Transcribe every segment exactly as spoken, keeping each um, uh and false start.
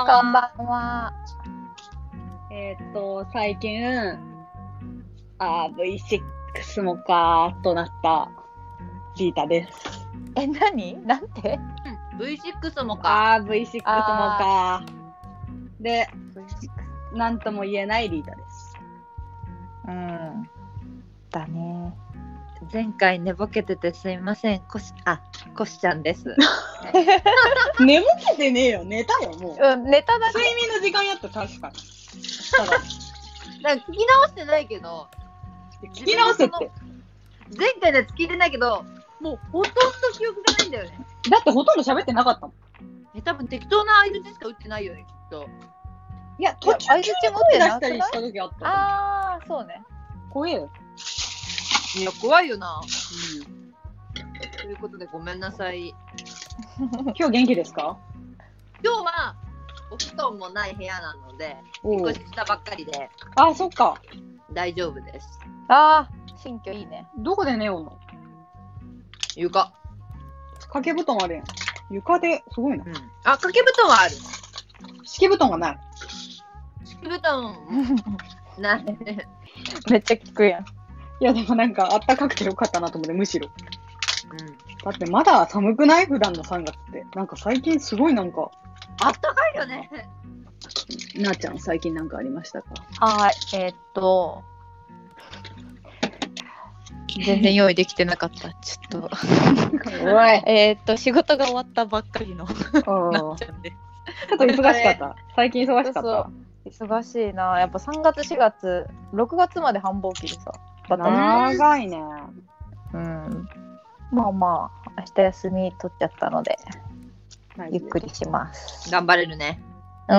ばんは。 こんばんは。 えーっと、最近、あー ブイシックス もかーとなったリータです。 え、何なんてブイシックス もか。あー ブイシックス もかー。で、なんとも言えないリータです。 うん。だね。 前回寝ぼけててすいません。こし、あ、こしちゃんです。 寝ぼけてねえよ。寝たよ、もう。 うん、寝ただけ。 睡眠の時間やった、確かに。ただ、 なんか聞き直してないけど、 聞き直せって。 前回のやつ聞いてないけど、もうほとんど記憶がないんだよね。 だってほとんど喋ってなかったもん。 え、多分適当な相槌しか打ってないよね、きっと。 いや、途中相槌持って声出なくないしたりした時あった。 あー、そうね。 怖えよ。 いや、怖いよな。 うん。 ということでごめんなさい。 今日元気ですか？ 今日はお布団もない部屋なので、引っ越ししたばっかりであ、そっか。 大丈夫です。 あー、新居いいね。 どこで寝ようの？ 床。 掛け布団あるやん。床ですごいな。 うん。あ、掛け布団はある。 敷布団がない。 敷布団ない。 めっちゃ聞くやん。 いやでもなんかあったかくてよかったなと思って、むしろ。 うん。 だってまだ寒くない？普段のさんがつって。なんか最近すごいなんか。 あったかいよね。 なあちゃん最近なんかありましたか？ はい、えー、っと。全然用意できてなかった。ちょっと。 おい。 えーっと、仕事が終わったばっかりのなっちゃんで。 ちょっと忙しかった。最近忙しかった。 そうそう忙しいな。やっぱさんがつ、しがつ、ろくがつまで繁忙期でさ。バタバタ長いね。 うん。まあまあ、明日休み取っちゃったので、ゆっくりします。 頑張れるね。 うん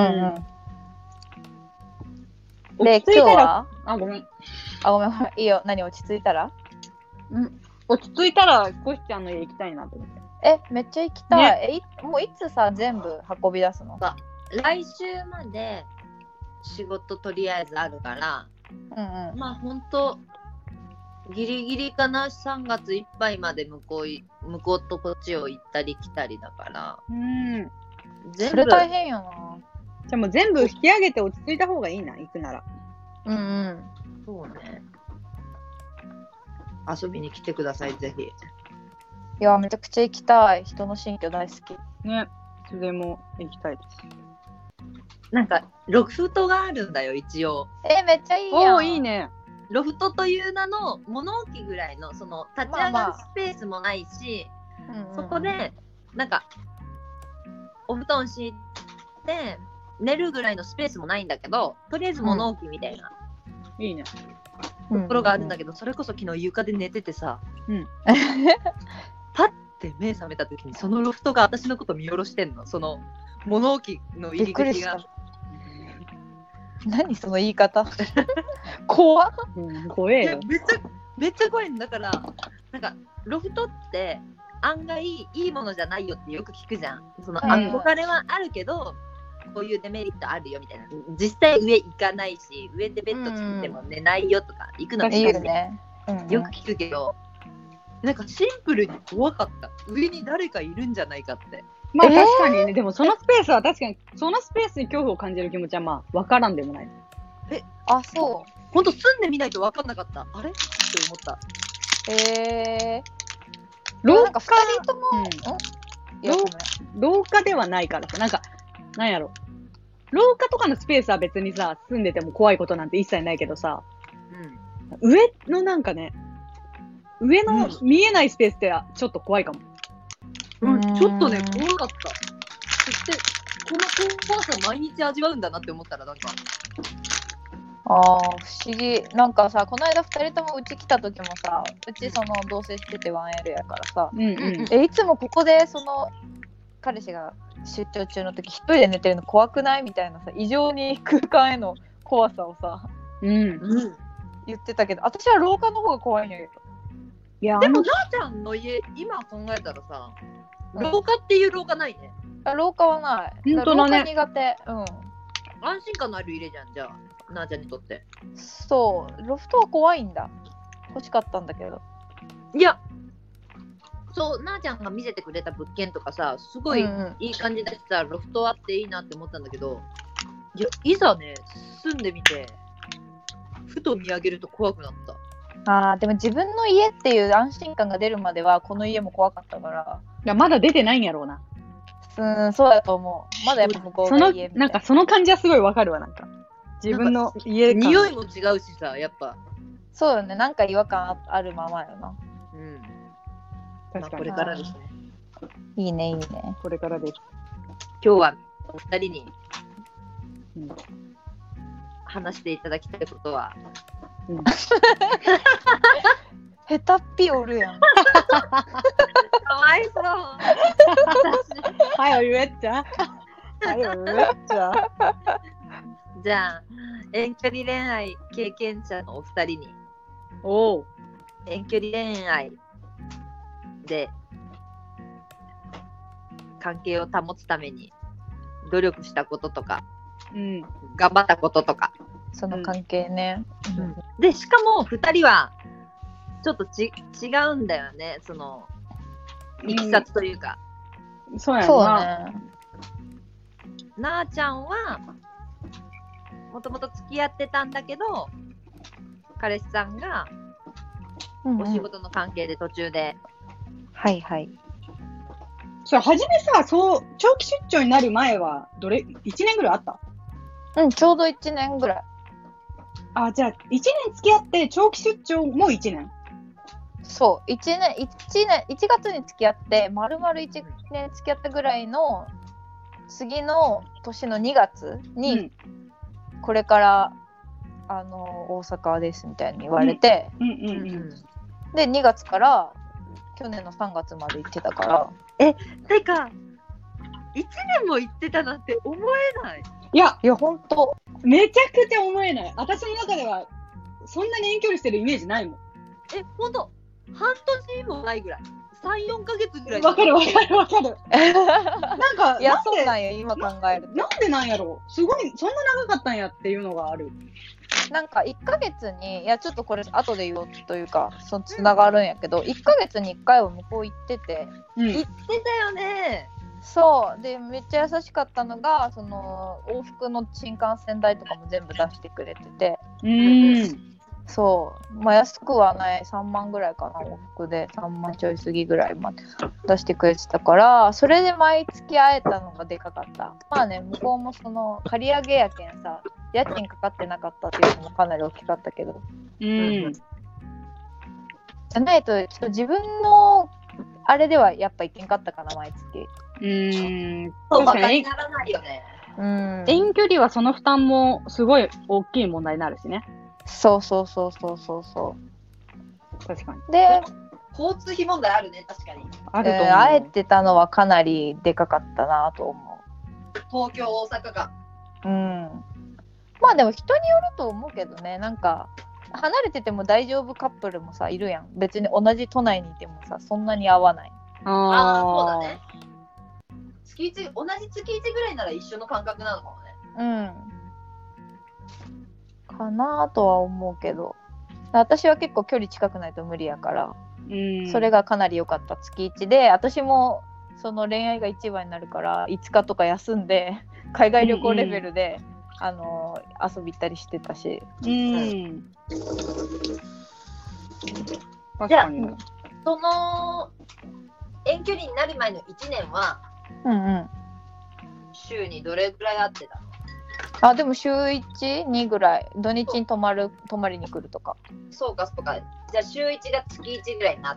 うん。で、今日はあ、ごめん。 あ、ごめんごめん。いいよ。何落ち着いたらうん。落ち着いたら、コシちゃんの家行きたいなと思って。 え、めっちゃ行きたい。 ね、 えい、もういつさ、全部運び出すの？ 来週まで仕事とりあえずあるから、 うんうん。 まあほんと、ギリギリかな、さんがついっぱいまで向こうい、向こうとこっちを行ったり来たりだから、 うん。 全部。 それ大変よな。 じゃあもう全部引き上げて落ち着いた方がいいな、行くなら。 うんうん。 そうね。遊びに来てください、ぜひ。 いや、めちゃくちゃ行きたい。人の新居大好き。 ね、それも行きたいです。 なんか、ロフトがあるんだよ、一応。 え、めっちゃいいやん。 おー、いいね。 ロフトという名の物置ぐらいの、その立ち上がるスペースもないし、 まあまあ、 そこで、なんか、お布団敷いて、寝るぐらいのスペースもないんだけど、とりあえず物置みたいな、 いいね。 とところがあるんだけど、それこそ昨日床で寝ててさ、 うん。 パッて目覚めた時にそのロフトが私のこと見下ろしてんの。その物置の入り口が。 何その言い方怖っ、 うん、怖えよ。 めっちゃめっちゃ怖いんだから、なんかロフトって案外いいものじゃないよってよく聞くじゃん。その憧れはあるけど、うん、こういうデメリットあるよみたいな。実際上行かないし、上でベッド作っても寝ないよとか、行くのもいいよね、うんうん、よく聞くけど、なんかシンプルに怖かった。上に誰かいるんじゃないかって。 まあ確かにね、えー、でもそのスペースは確かに、そのスペースに恐怖を感じる気持ちはまあ分からんでもない。 え、 あ、そう。 ほんと住んでみないと分かんなかった。あれって思った。 えー。 廊下、ふたりとも、うん、 廊, 廊下ではないからさ、なんか、なんやろ。廊下とかのスペースは別にさ、住んでても怖いことなんて一切ないけどさ、うん、上のなんかね、上の見えないスペースってちょっと怖いかも。 うん、ちょっとね、怖かった。そして、この怖さ毎日味わうんだなって思ったら、なんか。 ああ、不思議。なんかさ、この間ふたりともうち来た時もさ、うちその同棲してて ワンエル やからさ、 うんうん、 えいつもここでその彼氏が出張中の時一人で寝てるの怖くないみたいなさ、異常に空間への怖さをさ、 うん、 言ってたけど、私は廊下の方が怖いんやけど。 いやでもなあちゃんの家今考えたらさ、廊下っていう廊下ないね。 あ、廊下はない。 本当だね。 廊下苦手。うん。 安心感のある家じゃん、じゃあ、なあちゃんにとって。 そう、ロフトは怖いんだ。欲しかったんだけど。 いや、 そうなあちゃんが見せてくれた物件とかさすごいいい感じだしさ、うんうん、ロフトあっていいなって思ったんだけど、いやいざね住んでみてふと見上げると怖くなった。 あーでも自分の家っていう安心感が出るまではこの家も怖かったから。 いやまだ出てないんやろうな。 うんそうだと思う。まだやっぱ向こうが家みたいな。 なんかその感じはすごいわかるわ。なんか自分の家感匂いも違うしさやっぱ。 そうよね、なんか違和感あるままよな。 うん。 確かに、まあ、 これからですね。 いいねいいね。 これからです。 今日はお二人に、うん、話していただきたいことは、うん、 へたっぴおるやん。かわいそう。 はい、言えっちゃ。はい、言えっちゃ。 じゃあ遠距離恋愛経験者のお二人に、 お遠距離恋愛で関係を保つために努力したこととか、うん、頑張ったこととか、 その関係ね、 うん、でしかもふたりはちょっとち違うんだよね、そのいきさつというか、 うん、そうやな。 ね、 なあちゃんはもともと付き合ってたんだけど彼氏さんがお仕事の関係で途中で、 うんうん、はいはい。 そう初めさ、そう長期出張になる前はどれいちねんぐらいあった？ うん、ちょうどいちねんぐらい。 あ、じゃあいちねん付き合って長期出張もいちねん。 そういちねんいちねんいちがつに付き合って丸々いちねん付き合ったぐらいの次の年のにがつに、うん、これからあの大阪ですみたいに言われて、うんうんうんうん、でにがつから去年のさんがつまで行ってたから。 え、てかいちねんも行ってたなんて思えない。 いやいやほんとめちゃくちゃ思えない。私の中ではそんなに遠距離してるイメージないもん。 え、ほんと半年もないぐらい、さん、よんかげつぐらい。 わかるわかるわかる。なんかいやそうなんよ今考えると。 な, なんでなんやろう、すごいそんな長かったんやっていうのがある。 なんかいっかげつに、いやちょっとこれ後で言おうというかそのつながるんやけど、うん、いっかげつにいっかいは向こう行ってて、 うん、行ってたよね。 そうでめっちゃ優しかったのが、その往復の新幹線代とかも全部出してくれてて、 うん、 そうまあ安くはないさんまんぐらいかな、往復でさんまんちょい過ぎぐらいまで出してくれてたから、それで毎月会えたのがでかかった。まあね、向こうもその借り上げやけんさ、家賃かかってなかったっていうのもかなり大きかったけど、 うん、 じゃないとちょっと自分のあれではやっぱいけんかったかな毎月。 うーん、 そうバカにならないよね。 うん、 遠距離はその負担もすごい大きい問題になるしね。 そうそうそうそうそうそう。 確かに。 で交通費問題あるね、確かに。 あると思う。 えー、会えてたのはかなりでかかったなと思う。東京大阪か。 うん。まあでも人によると思うけどね、なんか離れてても大丈夫カップルもさいるやん。別に同じ都内にいてもさそんなに合わない。 ああそうだね。月いち、同じ月いちぐらいなら一緒の感覚なのかもね。うん。かなとは思うけど、私は結構距離近くないと無理やから、うん、それがかなり良かった。月いちで、私もその恋愛が一番になるからいつかとか休んで海外旅行レベルで、うんうん、あの遊び行ったりしてたし。 うん。確かに。その遠距離になる前のいちねんは、 うんうん、 週にどれぐらい会ってたの？ あ、でも週いち、にぐらい土日に泊まる泊まりに来るとか。 そうかそうか。じゃあ週いちが月いちぐらいになって、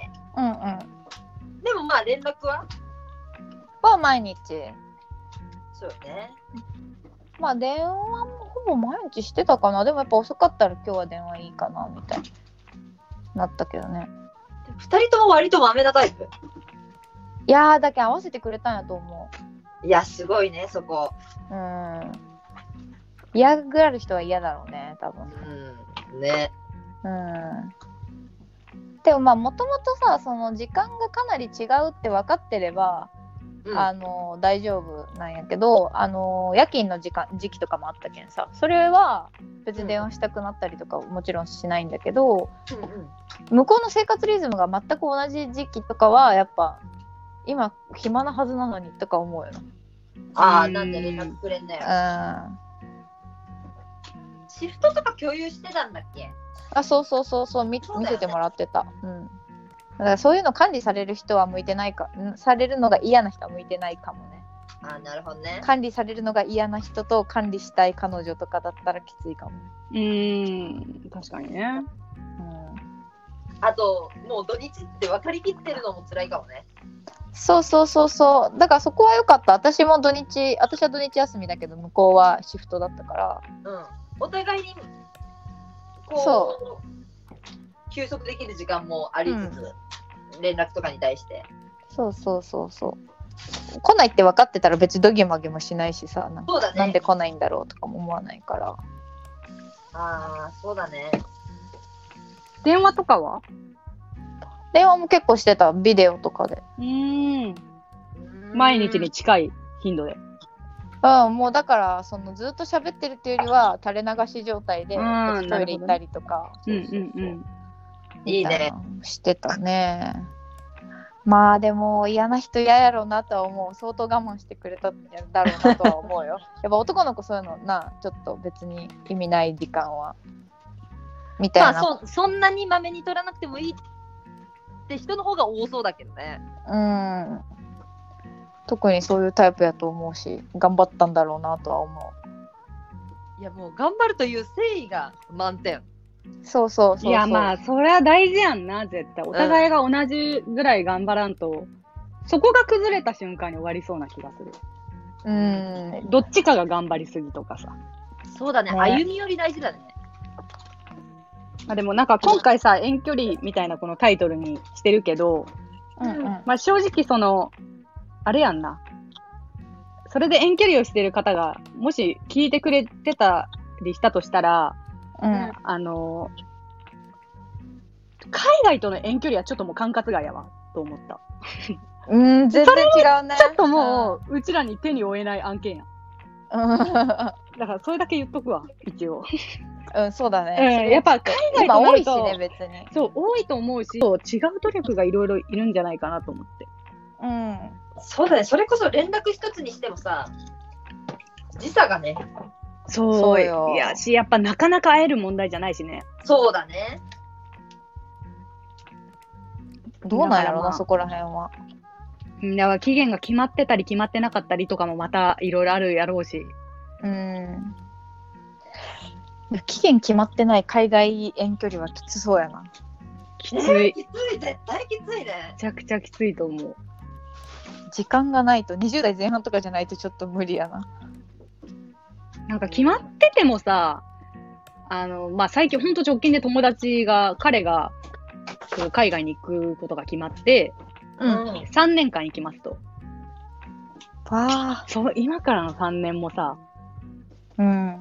うんうん。 でもまあ連絡は？ は毎日。 そうね。 まあ電話もほぼ毎日してたかな。でもやっぱ遅かったら今日は電話いいかなみたいになったけどね。 ふたりとも割とマメなタイプ？ いやーだけ合わせてくれたんやと思う。いやすごいねそこ。 うん。嫌がる人は嫌だろうね多分。 うん。ね。 うん。でもまあもともとさその時間がかなり違うって分かってればうん、 あの大丈夫なんやけど、あの夜勤の時間時期とかもあったけんさ、それは別に電話したくなったりとかもちろんしないんだけど、 うんうん、 向こうの生活リズムが全く同じ時期とかはやっぱ今暇なはずなのにとか思うよな。 ああ、なんで連絡くれんだよ。 うん、 シフトとか共有してたんだっけ？ あ、そうそうそうそう、見、見せてもらってた。うん。だからそういうの管理される人は向いてないか、んされるのが嫌な人は向いてないかもね。 あ、なるほどね。 管理されるのが嫌な人と管理したい彼女とかだったらきついかも。 うーん、確かにね。うん。 あと、もう土日って分かりきってるのも辛いかもね。 そうそうそうそう。だからそこは良かった。私も土日、私は土日休みだけど向こうはシフトだったから。 うん。お互いにこうそう休息できる時間もありつつ、うん、連絡とかに対して。 そうそうそうそう。来ないって分かってたら別にドギマギもしないしさ、なんか、 そうだね、 なんで来ないんだろうとかも思わないから。 ああ、そうだね。 電話とかは？ 電話も結構してた、ビデオとかで。 うーん。毎日に近い頻度で。 うん、もうだからそのずっと喋ってるっていうよりは垂れ流し状態でトイレ行ったりとか、 うんうんうん、 いいね。 してたね。まあでも嫌な人嫌やろうなとは思う。相当我慢してくれたんだろうなとは思うよ。やっぱ男の子そういうのな、ちょっと別に意味ない時間はみたいな。 まあ そ, そんなにまめに取らなくてもいいって人の方が多そうだけどね。 うん。特にそういうタイプやと思うし、頑張ったんだろうなとは思う。いやもう頑張るという誠意が満点。 そうそうそうそう。 いやまあそれは大事やんな、絶対。お互いが同じぐらい頑張らんと、うん、そこが崩れた瞬間に終わりそうな気がする。 うん。 どっちかが頑張りすぎとかさ。 そうだね。ね、歩み寄り大事だね。 まあでもなんか今回さ、遠距離みたいなこのタイトルにしてるけど、 うんうん、 まあ正直その、あれやんな。それで遠距離をしてる方が、もし聞いてくれてたりしたとしたら、 うん、 あの、海外との遠距離はちょっともう管轄外やわ、と思った。 うん、全然違うね。 ちょっともう、うちらに手に負えない案件や。 うん、だからそれだけ言っとくわ、一応。 うん、そうだね。 うん、やっぱ海外となると、 多いしね、別に。 そう、多いと思うし、そう違う努力がいろいろいるんじゃないかなと思って。 うん。 そうだね、それこそ連絡一つにしてもさ、時差がね。 そう、そうよ。いやし、やっぱなかなか会える問題じゃないしね。 そうだね。 どうなんやろな、そこら辺は。 だから期限が決まってたり決まってなかったりとかもまたいろいろあるやろうし。 うん。期限決まってない海外遠距離はきつそうやな。 きつい。 ね、きつい、絶対きついね。 めちゃくちゃきついと思う。 時間がないとにじゅう代前半とかじゃないとちょっと無理やな。 なんか決まっててもさ、あの、まあ、最近ほんと直近で友達が、彼が海外に行くことが決まって、 うん、 さんねんかん行きますと。 わあ。 そう、今からのさんねんもさ、 うん。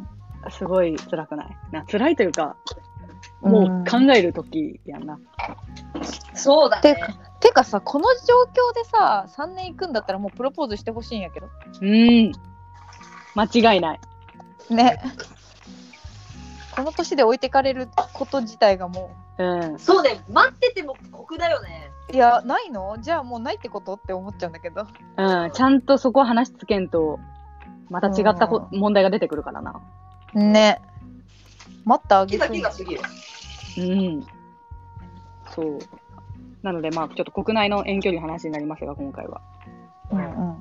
すごい辛くないな、辛いというか、もう考えるときやんな。 うん、そうだね。 てかさ、この状況でさ、さんねん行くんだったらもうプロポーズしてほしいんやけど。 うん。間違いない。 ね。この年で置いてかれること自体がもう。うん。 そうね、待ってても酷だよね。 いや、ないの？じゃあもうないってことって思っちゃうんだけど。 うん、ちゃんとそこは話つけんと、また違ったほ問題が出てくるからな。 ね。待ってあげる。気が過ぎる。 うん。そう。なので、まあ、ちょっと国内の遠距離の話になりますが、今回は。 うんうん。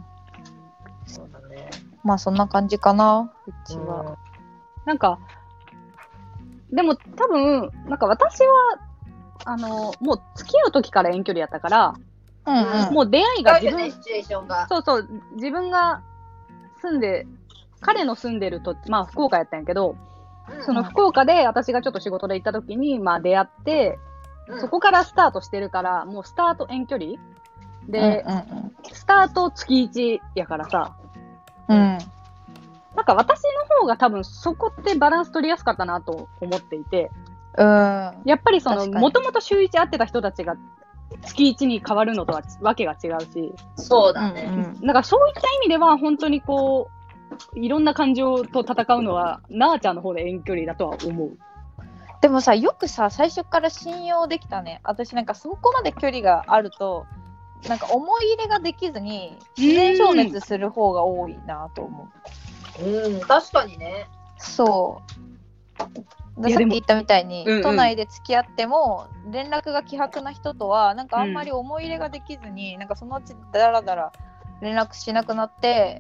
そうだね。 まあ、そんな感じかな、うちは。うん、 なんか、でも多分、なんか私は、あの、もう付き合う時から遠距離やったから、 うんうん、 もう出会いが自分、 ね、シチュエーションがそうそう、自分が住んで、彼の住んでると、まあ福岡やったんやけど、うん、その福岡で私がちょっと仕事で行った時に、まあ出会って、うん、そこからスタートしてるから、もうスタート遠距離で、 うんうんうん、 スタート月いちやからさ、 うん。 なんか私の方が多分そこってバランス取りやすかったなと思っていて、 うん、 やっぱりその、もともと週一会ってた人たちが月いちに変わるのとはわけが違うし。 そうだね。 うんうんだからそういった意味では、本当にこう、いろんな感情と戦うのは、なーちゃんの方で遠距離だとは思う。 でもさ、よくさ、最初から信用できたね。私なんかそこまで距離があると、なんか思い入れができずに自然消滅する方が多いなと思う。 うん、確かにね。 そういやでもさっき言ったみたいに、 うんうん都内で付き合っても連絡が希薄な人とはなんかあんまり思い入れができずに、なんかそのうちだらだら連絡しなくなって、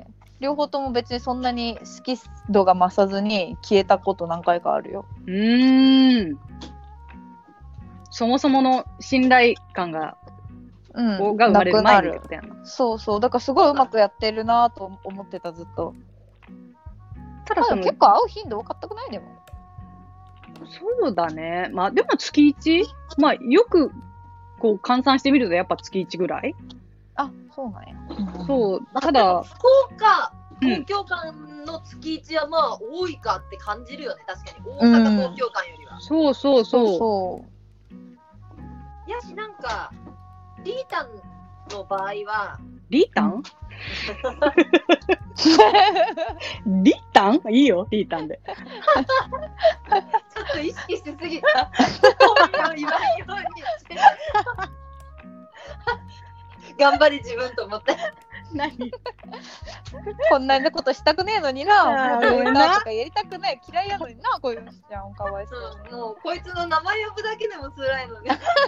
両方とも別にそんなに好き度が増さずに消えたこと何回かあるよ。 うーん。そもそもの信頼感が、 うん、 が生まれる前にってなくなる。 ことやな。 そうそう、だからすごいうまくやってるなと思ってた、ずっと。 ただその、 まあでも結構会う頻度多かったくない？でもそうだね。まあでも月いち？まあよくこう換算してみるとやっぱ月いちぐらい？ あ、そうなんや。 そう。 まあただ、 福岡、 うん東京間の月いちはまあ多いかって感じるよね、確かに。大阪、東京間よりは。 そうそうそう。 そうやし、なんか、リータンの場合は、 リータンリータンいいよ、リータンで。 ちょっと意識しすぎた。言わんようにして頑張れ自分と思って。 何こんなことしたくねえのにな、 あーもうこういうごめんななとかやりたくない、嫌いやのにな、こういうのしちゃん、かわいそう。 そう、もうこいつの名前呼ぶだけでも辛いのに。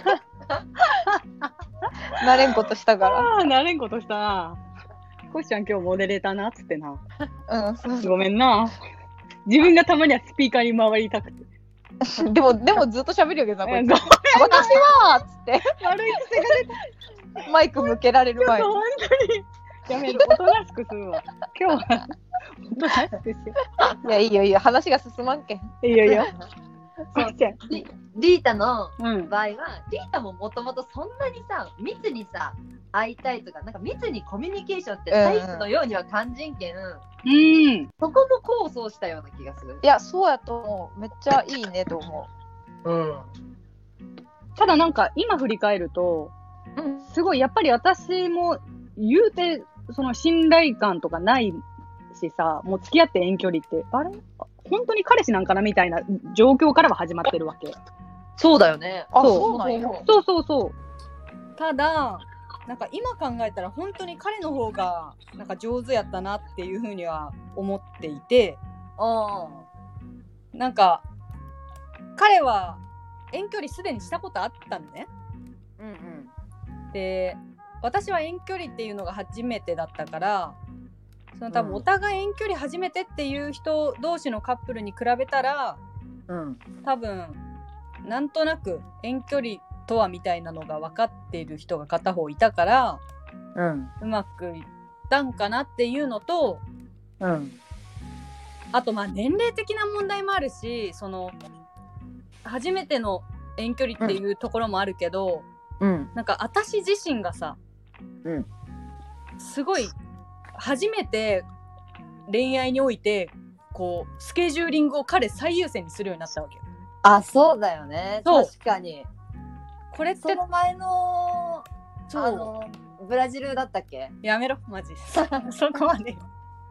なれんことしたかああ、なれんことしたな。コシちゃん今日モデレーターなっつってな。 ら。うん、そうそごめんな。自分がたまにはスピーカーに回りたくて。 う。でも、でもずっと喋るよけどな、こいつ。 ごめん私はーっつって、 悪い癖が出マイク向けられるた。 前に。 本当に。やめる。おとなしくするわ。今日は、おとなしくしよいや、いいよいいよ、話が進まんけん。 う。いいよいいよ。コシちゃん。 リリータのうん。 場合は、リータももともとそんなにさ、密にさ、会いたいとか、なんか密にコミュニケーションってタイプのようには感じんけん、 うん。 そこも構想したような気がする。 いや、そうやと思う。めっちゃいいねと思うん。 ただなんか今振り返ると、 う。うん。 すごいやっぱり私も言うて、その信頼感とかないしさ、もう付き合って遠距離って、あれ本当に彼氏なんかなみたいな状況からは始まってるわけ。 そうだよね。 あ、 そうそうなんや。 そうそうそう。 ただなんか今考えたら本当に彼の方がなんか上手やったなっていうふうには思っていて、 あなんか彼は遠距離すでにしたことあったのね。 あ。うんうん。 で私は遠距離っていうのが初めてだったから、その多分うんお互い遠距離初めてっていう人同士のカップルに比べたら、 うん。 多分なんとなく遠距離とはみたいなのが分かっている人が片方いたから、 うん。 うまくいったんかなっていうのと、 うん。 あとまあ年齢的な問題もあるし、その初めての遠距離っていうところもあるけど、 うん。 なんか私自身がさ、 うんすごい初めて恋愛においてこうスケジューリングを彼最優先にするようになったわけよ。 あ、そうだよね。 そう確かに。 これってその前の、 そうあの、ブラジルだったっけ？ やめろマジそこまでよ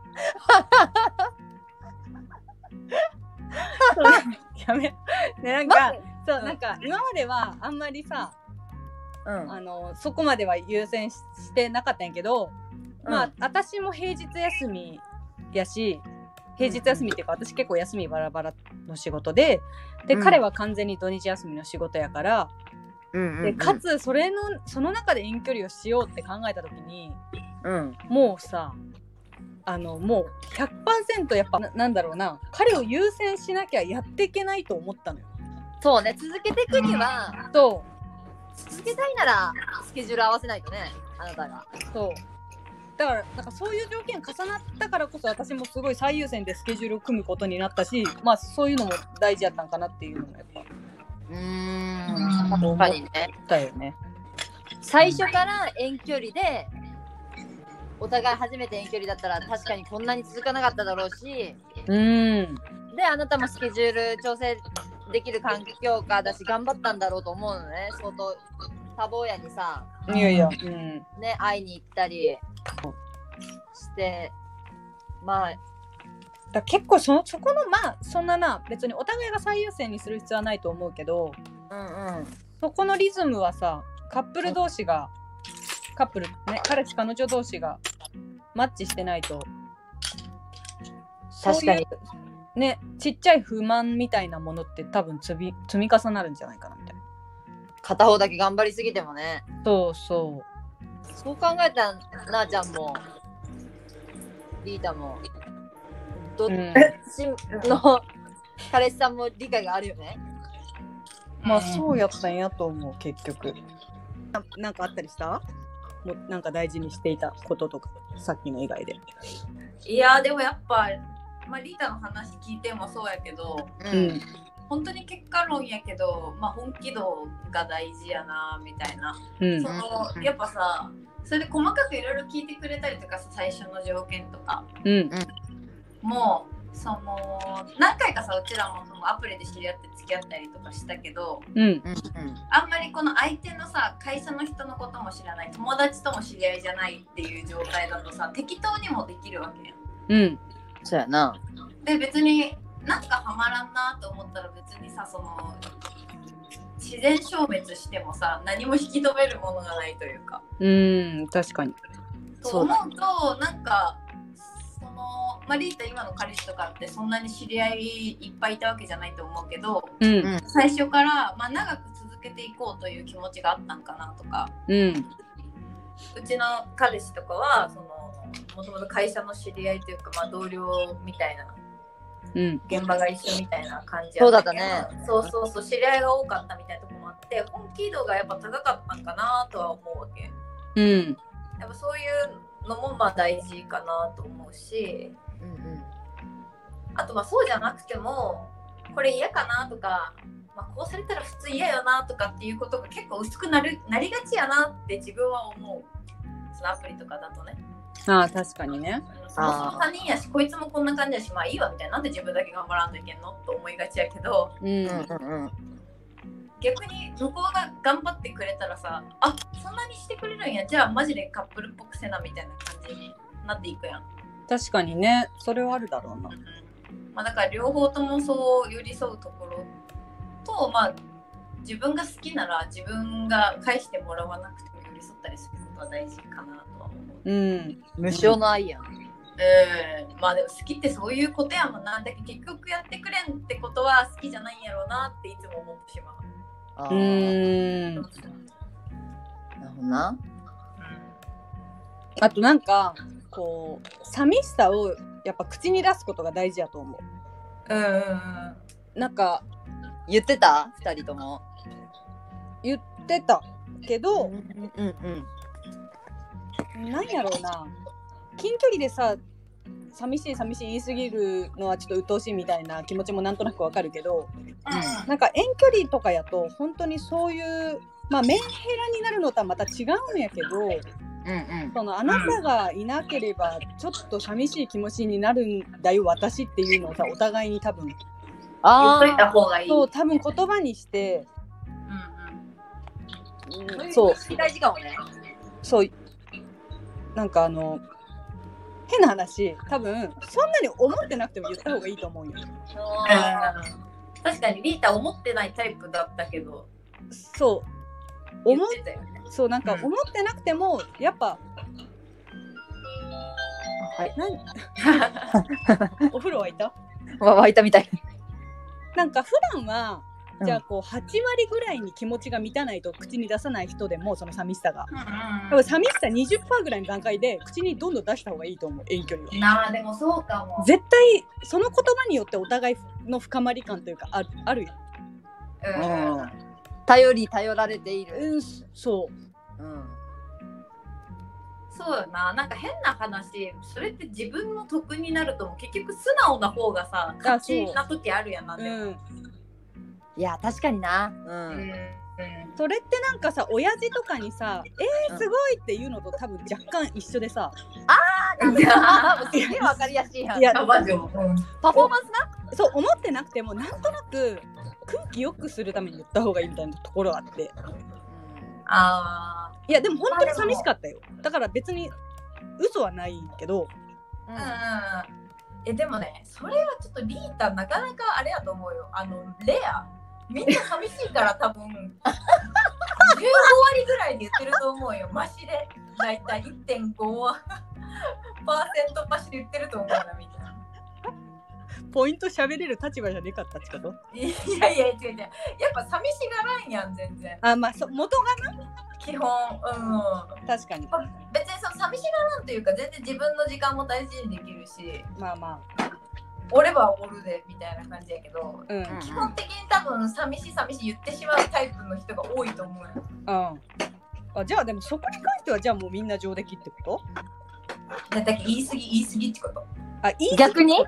そうやめろね、なんか、そう、なんか今まではあんまりさ、 うん。 あのそこまでは優先ししてなかったんやけど、まあうん私も平日休みやし、平日休みっていうか私結構休みバラバラの仕事で、で、 うん彼は完全に土日休みの仕事やから、 うんでかつそれのその中で遠距離をしようって考えた時に、 うん。 もうさ、あのもう ひゃくパーセント やっぱ な, なんだろうな、彼を優先しなきゃやっていけないと思ったのよ。 そうね、続けていくには、 そう続けたいならスケジュール合わせないとね、あなたが。 そうだからなんかそういう条件重なったからこそ私もすごい最優先でスケジュールを組むことになったし、まあそういうのも大事やったんかなっていうのもやっぱうーん、確かにね。 だよね。 最初から遠距離で、お互い初めて遠距離だったら確かにこんなに続かなかっただろうし、 うーんで、あなたもスケジュール調整できる環境下だし、頑張ったんだろうと思うのね、相当多忙やにさ、 いやいや、うん、 ね、会いに行ったりして、まあだ結構 そ, そこのまあそんなな別にお互いが最優先にする必要はないと思うけど、 うんうん、 そこのリズムはさカップル同士がカップルね彼氏彼女同士がマッチしてないと確かにねちっちゃい不満みたいなものって多分積み積み重なるんじゃないかなみたいな。 片方だけ頑張りすぎてもね。 そうそうそう考えたらなあちゃんもリータもどっちの彼氏さんも理解があるよね。 まあそうやったんやと思う結局。な, なんかあったりした？もうなんか大事にしていたこととかさっきの以外で。 いやでもやっぱ、まあ、リータの話聞いてもそうやけど、 うん、 本当に結果論やけど、まあ、本気度が大事やなみたいな、 うん、 そのやっぱさそれで細かくいろいろ聞いてくれたりとかさ最初の条件とか、 うん、 もうその何回かさうちらもそのアプリで知り合って付き合ったりとかしたけど、 うんうん、 あんまりこの相手のさ会社の人のことも知らない友達とも知り合いじゃないっていう状態だとさ適当にもできるわけやん。 うん、 そうやな。 で別になんかハマらんなと思ったら別にさその自然消滅してもさ何も引き止めるものがないというか。 うん確かに。 と思うとなんかそのマリータ今の彼氏とかってそんなに知り合いいっぱいいたわけじゃないと思うけど、 うん、 最初から、まあ、長く続けていこうという気持ちがあったんかなとか、 うん、 うちの彼氏とかはそのもともと会社の知り合いというか、まあ、同僚みたいな、 うん、 現場が一緒みたいな感じそうだったね。 そうそうそう知り合いが多かったみたいなところもあって本気度がやっぱ高かったんかなとは思うわけ。 うん、 やっぱそういうのもまあ大事かなと思うし、 うんうん、 あとまあそうじゃなくてもこれ嫌かなとか、まあ、こうされたら普通嫌よなとかっていうことが結構薄くなるなりがちやなって自分は思う。そのアプリとかだとね。 ああ確かにね。 そもそも他人やしこいつもこんな感じやしまあいいわみたいななんで自分だけ頑張らんといけんのと思いがちやけど、 うんうんうん、 逆に向こうが頑張ってくれたらさあそんなにしてくれるんやじゃあマジでカップルっぽくせなみたいな感じになっていくやん。 確かにねそれはあるだろうな、 うんまあ、だから両方ともそう寄り添うところと、まあ、自分が好きなら自分が返してもらわなくても寄り添ったりすることは大事かなとは思う。 うん、 無償の愛やん。 うんまあでも好きってそういうことやもんな。だけど結局やってくれんってことは好きじゃないんやろうなっていつも思ってしまう。 あうーんなるほどな。 あとなんかこう寂しさをやっぱ口に出すことが大事やと思う。 うんうんうんなんか言ってたふたりとも。 言ってたけど、 うんうんうん、なんやろうな近距離でさ寂しい寂しい言い過ぎるのはちょっと鬱陶しいみたいな気持ちもなんとなくわかるけど、 うんなんか遠距離とかやと本当にそういうまあメンヘラになるのとはまた違うんやけど、 うんうん、 そのあなたがいなければちょっと寂しい気持ちになるんだよ私っていうのをさお互いに多分言っといた方がいい。 そう多分言葉にして、 うんうん、 そう大事かもね。 そうなんかあの変な話多分そんなに思ってなくても言った方がいいと思うよ。 確かにリータ思ってないタイプだったけどそう思ってたよね。 そうなんか思ってなくてもやっぱ、 はい、 何お風呂沸いた沸いたみたい。 なんか普段はじゃあこうはち割ぐらいに気持ちが満たないと口に出さない人でもその寂しさが、 うんうん、 多分寂しさ にじゅっパーセント ぐらいの段階で口にどんどん出した方がいいと思う遠距離は。 なあでもそうかも。 絶対その言葉によってお互いの深まり感というかあるあるよ。 うんうん、頼り頼られている。 うんそう。 うん。 そうよな。なんか変な話それって自分の得になるとも結局素直な方がさ勝ちな時あるやな。でも、 うんいや確かにな、うんうんうん、 それってなんかさ親父とかにさえーすごいっていうのと多分若干一緒でさあなんかすげえわかりやすいやん。 いやパフォーパフォーマンスなそう思ってなくてもなんとなく空気よくするために言った方がいいみたいなところがあってあいやでも本当に寂しかったよ。だから別に嘘はないけど、 ーうんうんうんえでもねそれはちょっとリータなかなかあれやと思うよ。あのレアみんな寂しいから多分じゅうご割ぐらいで言ってると思うよ。マシでだいたい いってんご パーセントマシで言ってると思うなみんな。 ポイント喋れる立場じゃねかったってこと？ いやいや違う違うやっぱ寂しがらんやん全然あまあそ元がな基本うん確かに別にその寂しがらんというか全然自分の時間も大事にできるしまあまあ俺はおるでみたいな感じやけど、 うん、 基本的に多分寂しい寂しい言ってしまうタイプの人が多いと思うよ。 うんあじゃあでもそこに関してはじゃあもうみんな上出来ってこと？ だって言い過ぎ言い過ぎってこと。 あ言い過ぎ逆に、うん、 うん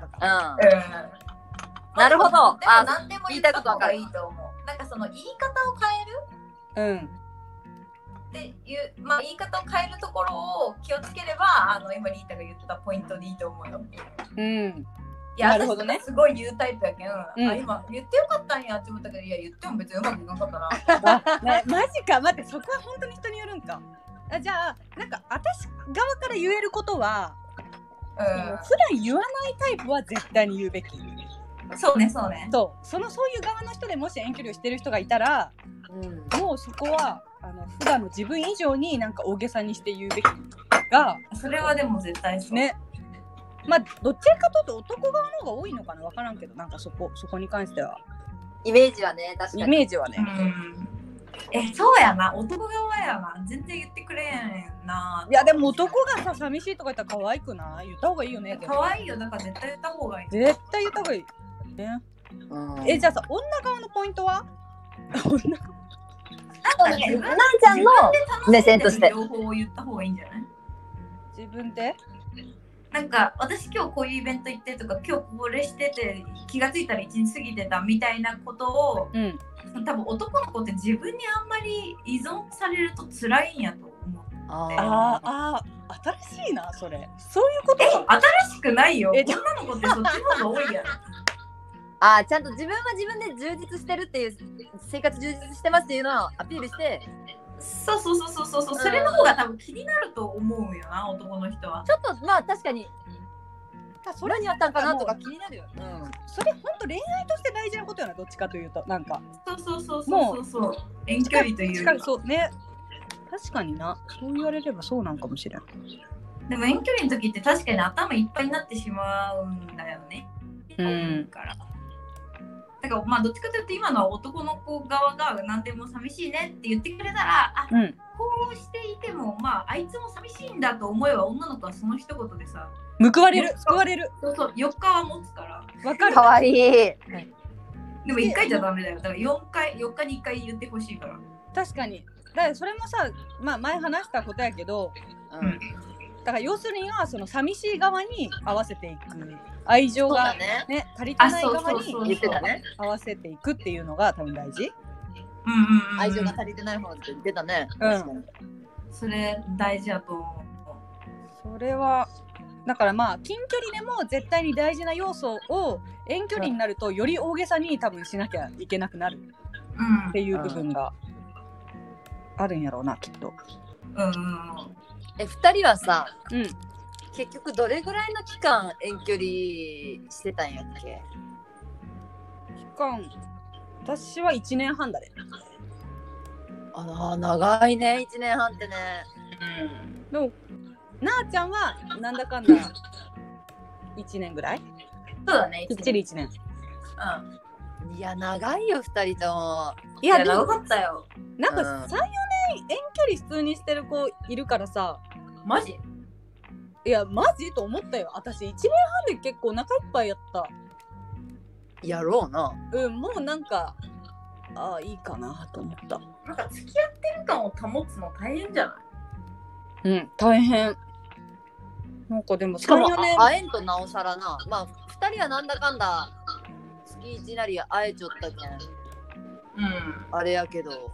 なるほど。 でもあ何でも言った方がいいと思う。なんかその言い方を変えるうんっていう、まあ言い方を変えるところを気をつければ、あの今リータが言ったポイントでいいと思うよ。 うんいや、 なるほどね私すごい言うタイプやけん、 うんあ今言ってよかったんやって思ったけど、いや言っても別にうまくいかなかったな。 あ、ね、マジか待ってそこは本当に人によるんか。あじゃあなんか私側から言えることは、 うん、 普段言わないタイプは絶対に言うべき。 そうねそうね。 そうそのそういう側の人でもし遠距離をしてる人がいたら、 うん、 もうそこはあの普段の自分以上になんか大げさにして言うべきがそれはでも絶対そう。 ね。まあどっちかというと男側の方が多いのかな分からんけどなんかそこそこに関してはイメージはね確かにイメージはね。 うんえそうやな男側やな全然言ってくれんな。 いやでも男がさ寂しいとか言ったら可愛くない？言った方がいいよね。 可愛いよだから絶対言った方がいい。 絶対言った方がいい。ね、 うん、 えじゃあさ女側のポイントは？女なんか自分なあちゃんの目線として両方を言った方がいいんじゃない？ 自分でなんか私今日こういうイベント行ってとか今日これしてて気がついたら一日過ぎてたみたいなことを、 うん、 多分男の子って自分にあんまり依存されると辛いんやと思う。 あああ新しいなそれそういうことか。 新しくないよ。 え女の子ってそっちの方が多いやろ。 あちゃんと自分は自分で充実してるっていう生活充実してますっていうのをアピールしてそうそうそうそうそうそう、うん、それの方が多分気になると思うよな男の人は。 ちょっとまあ確かにそれ何やったんかなとか気になるよ、うん、 それ本当恋愛として大事なことよなどっちかというとなんかそうそうそうそうそう遠距離というかそうね確かになそう言われればそうなんかもしれん。 でも遠距離の時って確かに頭いっぱいになってしまうんだよね。 うんからだからまあどっちかというと今のは男の子側が何でも寂しいねって言ってくれたらあ、 うん、 こうしていてもまああいつも寂しいんだと思えば女の子はその一言でさ報われる救われる。 そうそうよっかは持つからわかる。 かわいい。 でもいっかいじゃダメだよ。だからよんかいよっかにいっかい言ってほしいから。 確かにだからそれもさまあ前話したことやけど、 うん、 だから要するにはその寂しい側に合わせていく愛情がね、ね足りてない側に言ってたね合わせていくっていうのが多分大事。 うんうんうん、 愛情が足りてない方って言ってたね。 うん、 確かにそれ大事だと思う。それはだからまあ近距離でも絶対に大事な要素を遠距離になるとより大げさに多分しなきゃいけなくなるっていう部分があるんやろうなきっと。 うんうん、 えふたりはさ、 うん、 結局どれぐらいの期間遠距離してたんやっけ？ 期間私はいちねんはんだね。 あら長いねいちねんはんってね。 うん、でもなあちゃんはなんだかんだいちねんぐらい？ そうだねきっちりいちねん。 うん、 いや長いよふたりとも。 いや長かったよ。 なんかさん、よねん遠距離普通にしてる子いるからさ。 マジ？ いやマジと思ったよ。私いちねんはんで結構お腹いっぱいやった。 やろうな。 うんもうなんかああいいかなと思った。 なんか付き合ってる感を保つの大変じゃない？ うん大変。なんかでもしかもさん、よねん会えんとなおさらな。まあふたりはなんだかんだ月いちなり会えちゃったけん。 うん。 あれやけど。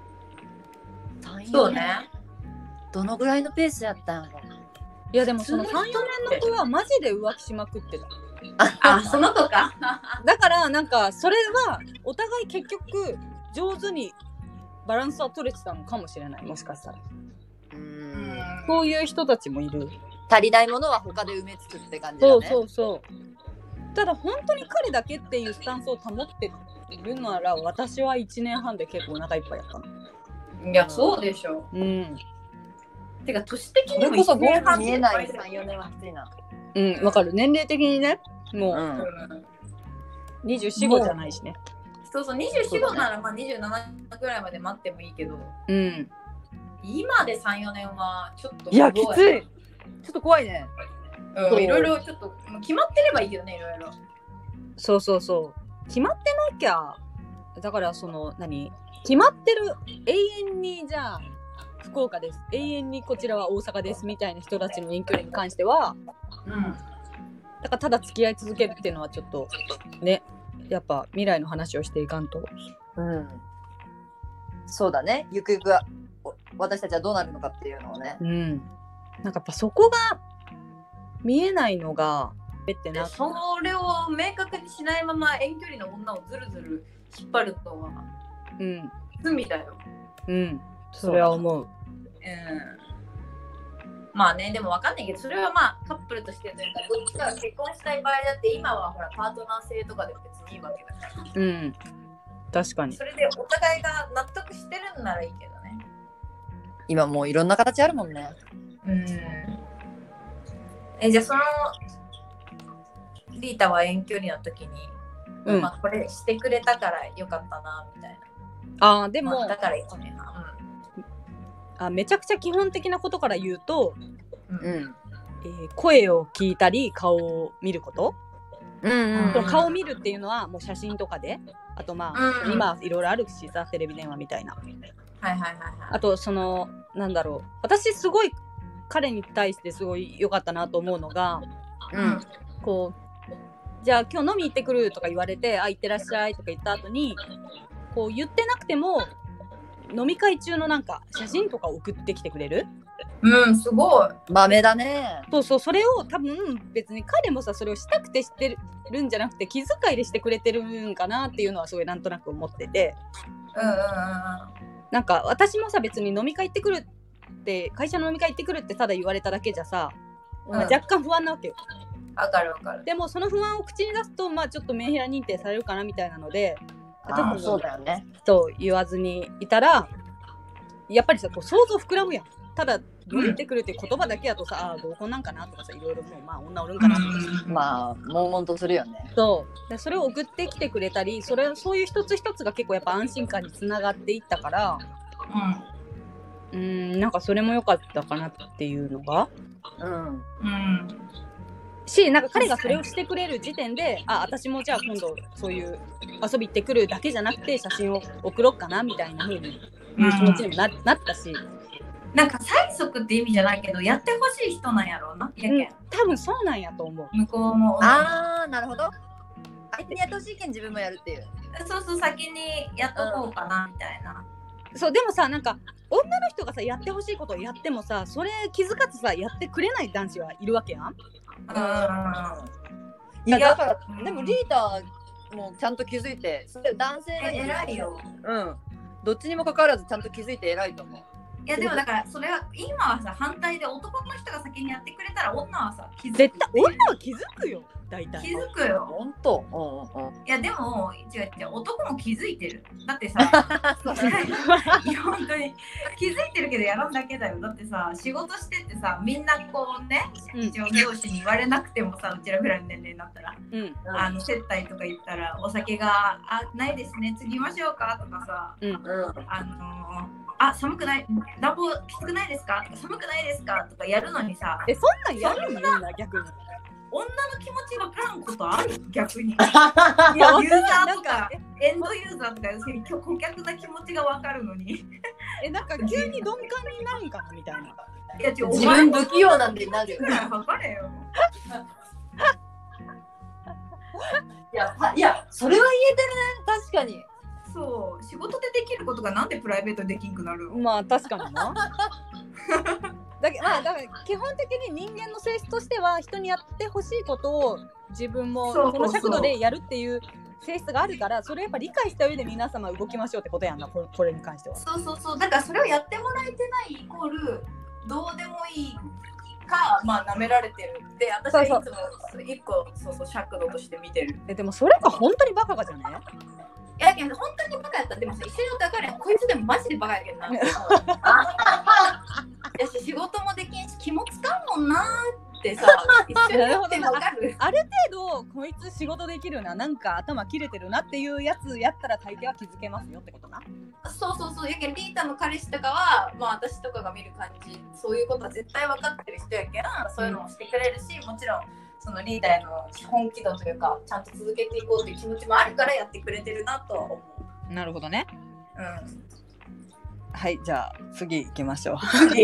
そうね。 どのぐらいのペースやったんやろ。 いやでもそのさん、よねんの子はマジで浮気しまくってた。 あ、その子か。 だからなんかそれはお互い結局上手にバランスは取れてたのかもしれない、もしかしたら。 うーん、 そういう人たちもいる。 足りないものは他で埋めつつって感じだね。 そうそうそう。ただ本当に彼だけっていうスタンスを保ってるなら、私はいちねんはんで結構お腹いっぱいやったの。 いや、そうでしょ。 うん。 てか、年的にもそれこそゴいちねんはんール見えないさん、よねんはきついな。 うん、わかる。年齢的にね、もうう、 ん。 にじゅうよん、ごじゃないしね。 そうそう、にじゅうよん、ごならまあにじゅうななぐらいまで待ってもいいけど、 うん。 今でさん、よねんはちょっといや、きつい。ちょっと怖いね。 うん、いろいろちょっと決まってればいいけどね、いろいろ。 そうそうそう。決まってなきゃ、だからその、何決まってる、永遠にじゃあ、福岡です。永遠にこちらは大阪ですみたいな人たちの遠距離に関しては、 うん。 だからただ付き合い続けるっていうのはちょっと、ね、やっぱ未来の話をしていかんと。 うん。そうだね。ゆくゆくは私たちはどうなるのかっていうのをね。 うん。なんかやっぱそこが見えないのが、えってな。 それを明確にしないまま遠距離の女をずるずる引っ張るのは、 うん。 罪だよ。 うん。それは思う。 うん。まあね、でもわかんないけど、それはまあカップルとしてというか、どっちかが結婚したい場合だって、今はほらパートナー制とかで別にいいわけだから。 うん。確かに。 それでお互いが納得してるんならいいけどね。 今もういろんな形あるもんね。 うん。え、じゃあそのリータは遠距離の時に、うん、まあこれしてくれたからよかったなみたいな。 ああ、でも、 まあ、だからいちねんはん。 あ、めちゃくちゃ基本的なことから言うと、 うん、 えー、声を聞いたり顔を見ること、 うんうんうん、 顔を見るっていうのはもう写真とかで、あとまあ、うん、今いろいろあるしさ、テレビ電話みたいな、 はいはいはいはい、 あとそのなんだろう、私すごい彼に対してすごい良かったなと思うのが、 うん、 こうじゃあ今日飲み行ってくるとか言われて、あ、行ってらっしゃいとか言った後に、こう言ってなくても飲み会中のなんか写真とか送ってきてくれる。 うん、すごい豆だね。 そうそう、それを多分別に彼もさ、それをしたくてしてるんじゃなくて気遣いでしてくれてるんかなっていうのはすごいなんとなく思ってて、 うんうんうん、 なんか私もさ、別に飲み会行ってくるって会社の飲み会行ってくるってただ言われただけじゃさ、うん、まあ、若干不安なわけよ。 わかるわかる。 でもその不安を口に出すと、まあちょっとメンヘラ認定されるかなみたいなので、 ああ、そうだよね。 と言わずにいたら、やっぱりさ、こう想像膨らむやん。ただ飲みてくるって言葉だけだとさ、ああ合コンなんかなとかさ、いろいろもうまあ女おるんかなとか、 うん、まあ悶々とするよね。 そうで、それを送ってきてくれたり、それそういう一つ一つが結構やっぱ安心感につながっていったから、うん、うーん、なんかそれも良かったかなっていうのが、 うん、うん、 し、なんか彼がそれをしてくれる時点で、あ、私もじゃあ今度そういう遊び行ってくるだけじゃなくて写真を送ろうかなみたいな風にいう気持ちにも な,、うん、なったし、 なんか催促って意味じゃないけど、やってほしい人なんやろうな、やけん、うん、 多分そうなんやと思う。 向こうも。 あー、なるほど。相手にやってほしいけん自分もやるっていう。 そうそう、先にやっとこうかな、うん、みたいな。 そう、でもさ、なんか女の人がさ、やってほしいことをやってもさ、それ気づかずさ、やってくれない男子はいるわけやん。うん、 いや、だから、でもリータもちゃんと気づいて、それ男性が偉いよ。 うん。どっちにもかかわらずちゃんと気づいて偉いと思う。 いやでもだからそれは今はさ、反対で男の人が先にやってくれたら女はさ気づく。 絶対女は気づくよ。大体気づくよ。 本当。うんうんうん。 いやでも違う違う、男も気づいてる。だってさ、いや本当に気づいてるけどやらんだけだよ。だってさ、仕事してってさ、みんなこうね、一応上司に言われなくてもさ、うちらぐらいの年齢になったら、うん、あの接待とか言ったらお酒があないですね、次行きましょうかとかさ、うん、あのー。あ、寒くない、暖房きつくないですか、寒くないですかとかやるのにさ、 え、そんなんやるのみんな逆に。 女の気持ちわからんことある逆に。いや、 ユーザーとかエンドユーザーとか今日顧客な気持ちがわかるのに。 え、なんか急に鈍感になるんかなみたいな。いや、ちょ、 自分不器用なんでなるよ。 わかれよ。 いや、いや、それは言えてるね。確かに。 そう、仕事でできることがなんでプライベートできんくなるの？ まあ確かにな。だけまあだから基本的に人間の性質としては、人にやってほしいことを自分もこの尺度でやるっていう性質があるから、それをやっぱ理解した上で皆様動きましょうってことやんな、これ、これに関しては。 そうそうそう、だからそれをやってもらえてないイコールどうでもいいか、まあ舐められてるで、私はいつも一個そうそう尺度として見てる。 えでもそれが本当にバカかじゃね？ いやいや本当にバカやったらでもさ一緒にだからこいつでもマジでバカやけどな。やし仕事もできんし気も使うもんなってさ、一緒にやってわかる。 ある程度こいつ仕事できるな、なんか頭切れてるなっていうやつやったら大抵は気づけますよってことな。 そうそうそう、やけんリータの彼氏とかはまあ私とかが見る感じそういうことは絶対分かってる人やけん、そういうのもしてくれるし、もちろんそのリーダーへの本気度というかちゃんと続けていこうという気持ちもあるからやってくれてるなとは思う。 なるほどね。 うん。 はい、じゃあ次行きましょう。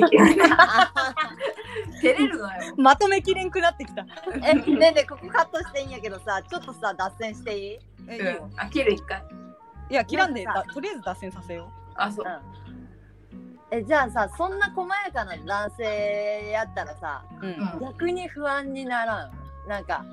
照れるのよ。 まとめきれんくなってきた。 え、ねえねえ、ここカットしていいんやけどさ、ちょっとさ、脱線していい？ え、いいよ。 あ、切る一回。 いや、切らんで、 なんかとりあえず脱線させよあ、そう。 うん、え、じゃあさ、そんな細やかな男性やったらさ、 う。うん。 うん逆に不安にならん？なんか、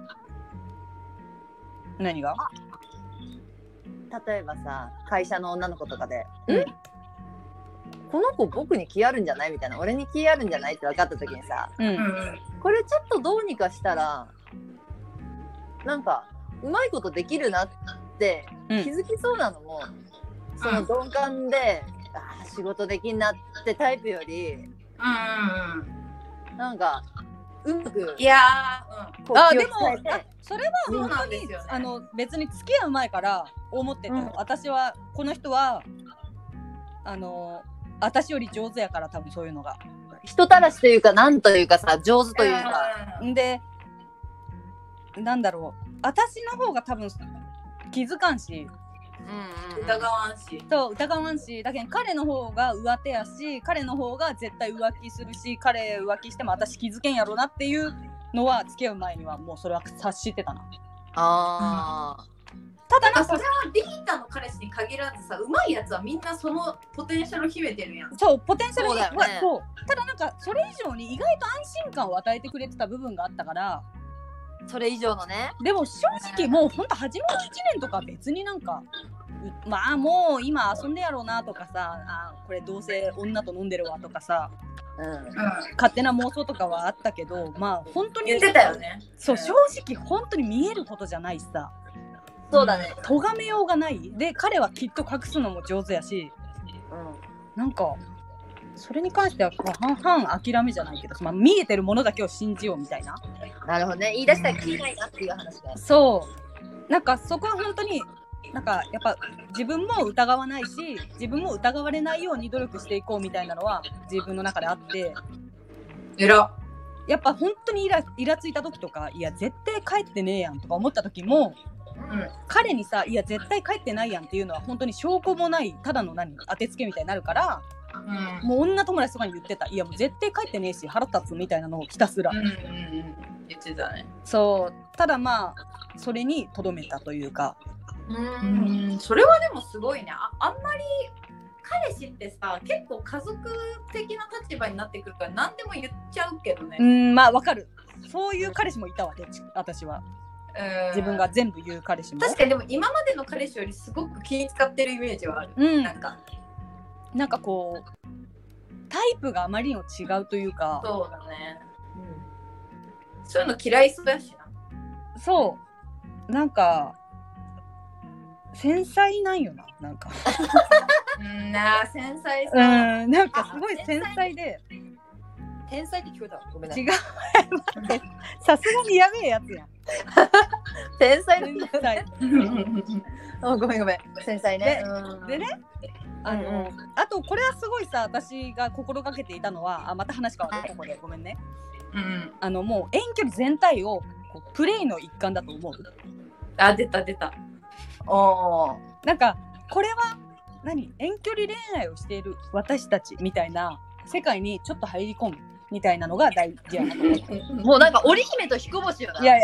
何が？ 例えばさ、会社の女の子とかで、 うんこの子僕に気あるんじゃないみたいな、俺に気あるんじゃないって分かった時にさ、 うん。 うんうん。 これちょっとどうにかしたらなんかうまいことできるなって気づきそうなのも、うん、その鈍感で、あー仕事できんなってタイプより、 うんうんうん。 なんかうまくいやー、 こう気をあでも使えてあそれはそう本当に、 なんですよねあの別に付き合う前から思ってたよ、 うん私はこの人はあの私より上手やから、多分そういうのが。 人たらしというかなんというかさ、上手というか、 うんでなんだろう、私の方が多分気づかんし、 うんうん、 疑わんし。 そう疑わんし、だけど彼の方が上手やし、彼の方が絶対浮気するし、彼浮気しても私気づけんやろなっていうのは付き合う前にはもうそれは察してたな。 あー、 ただなんかそれはリータの彼氏に限らずさ、うまいやつはみんなそのポテンシャルを秘めてるやん。 そうポテンシャルにそうだよねはそうただなんかそれ以上に意外と安心感を与えてくれてた部分があったから、 それ以上のね。 でも正直もうほんと初めのいちねんとか別になんかうまあもう今遊んでやろうなとかさ、あこれどうせ女と飲んでるわとかさ、 うん、 うん。 勝手な妄想とかはあったけど、まあ本当に言ってたよね。 そう正直本当に見えることじゃないしさ、 そうだね。 咎めようがないで、彼はきっと隠すのも上手やし、 うん、 なんかそれに関しては半々諦めじゃないけど、まあ、見えてるものだけを信じようみたいな。 なるほどね。言い出したら聞いないなっていう話だよ。 そうなんかそこは本当になんかやっぱ自分も疑わないし、自分も疑われないように努力していこうみたいなのは自分の中であって、 えら。 やっぱ本当にイライラついた時とか、いや絶対帰ってねえやんとか思った時も、 うん。 彼にさ、いや絶対帰ってないやんっていうのは本当に証拠もないただの何当てつけみたいになるから、 うん。 もう女友達とかに言ってた、いやもう絶対帰ってねえし腹立つみたいなのをひたすら、 うんうんうん。言ってたね。 そうただまあそれにとどめたというか、 うん。それはでもすごいね。あ、あんまり彼氏ってさ、結構家族的な立場になってくるから何でも言っちゃうけどね。 うんまあわかる、そういう彼氏もいたわけ、私は。 うん自分が全部言う彼氏も。 確かにでも今までの彼氏よりすごく気使ってるイメージはある。 うんなんかなんかこうタイプがあまりにも違うというか、 そうだね。うん。そういうの嫌いそうやしな。 そうなんか繊細なんよな、なんかうんなあ繊細さ。 うんなんかすごい繊細で、 天才って聞こえたわ。ごめんなさい。 違う待ってさすがにやべえやつやん天才繊の細あ、ごめんごめん。繊細ね。 でね、あの、 うんうんあとこれはすごいさ、私が心がけていたのは、あまた話変わるここでごめんね、 うん。 あのもう遠距離全体をこうプレイの一環だと思う。 あ、出た出た。 おー。 なんかこれは何、遠距離恋愛をしている私たちみたいな世界にちょっと入り込むみたいなのが大事やなと思ってもうなんか織姫と彦星よな。 いやいや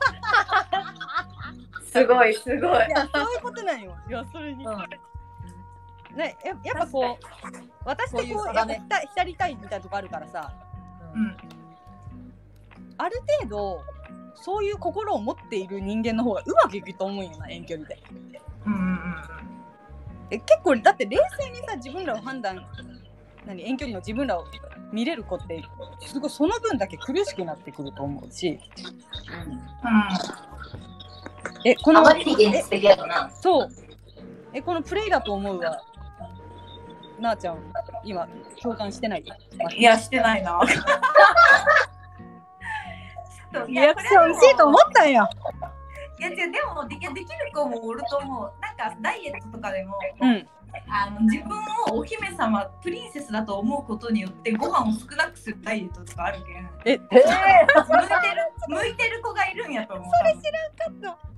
すごいすごい。 いやそういうことなんよ。いやそれに、 うんね、ややっぱこう私ってこうこういう差やっぱがねひた浸りたいみたいなとこあるからさ、 うん。 ある程度そういう心を持っている人間の方がうまくいくと思うんよな、遠距離で。 うんうんうん。 え結構だって冷静にさ自分らを判断何遠距離の自分らを見れる子ってすごいその分だけ苦しくなってくると思うし、 うん。 えこのあまりに現実的やとな。 そうえこのプレイだと思うわ。なあちゃん今共感してない？ いやしてないな。 リアクション欲しいと思ったんや。 いや違うでもできできる子もおると思う。なんかダイエットとかでも、 うん、 あの自分をお姫様プリンセスだと思うことによってご飯を少なくするダイエットとかあるけん。 ええ向いてる向いてる子がいるんやと思う。 それ知らんかった。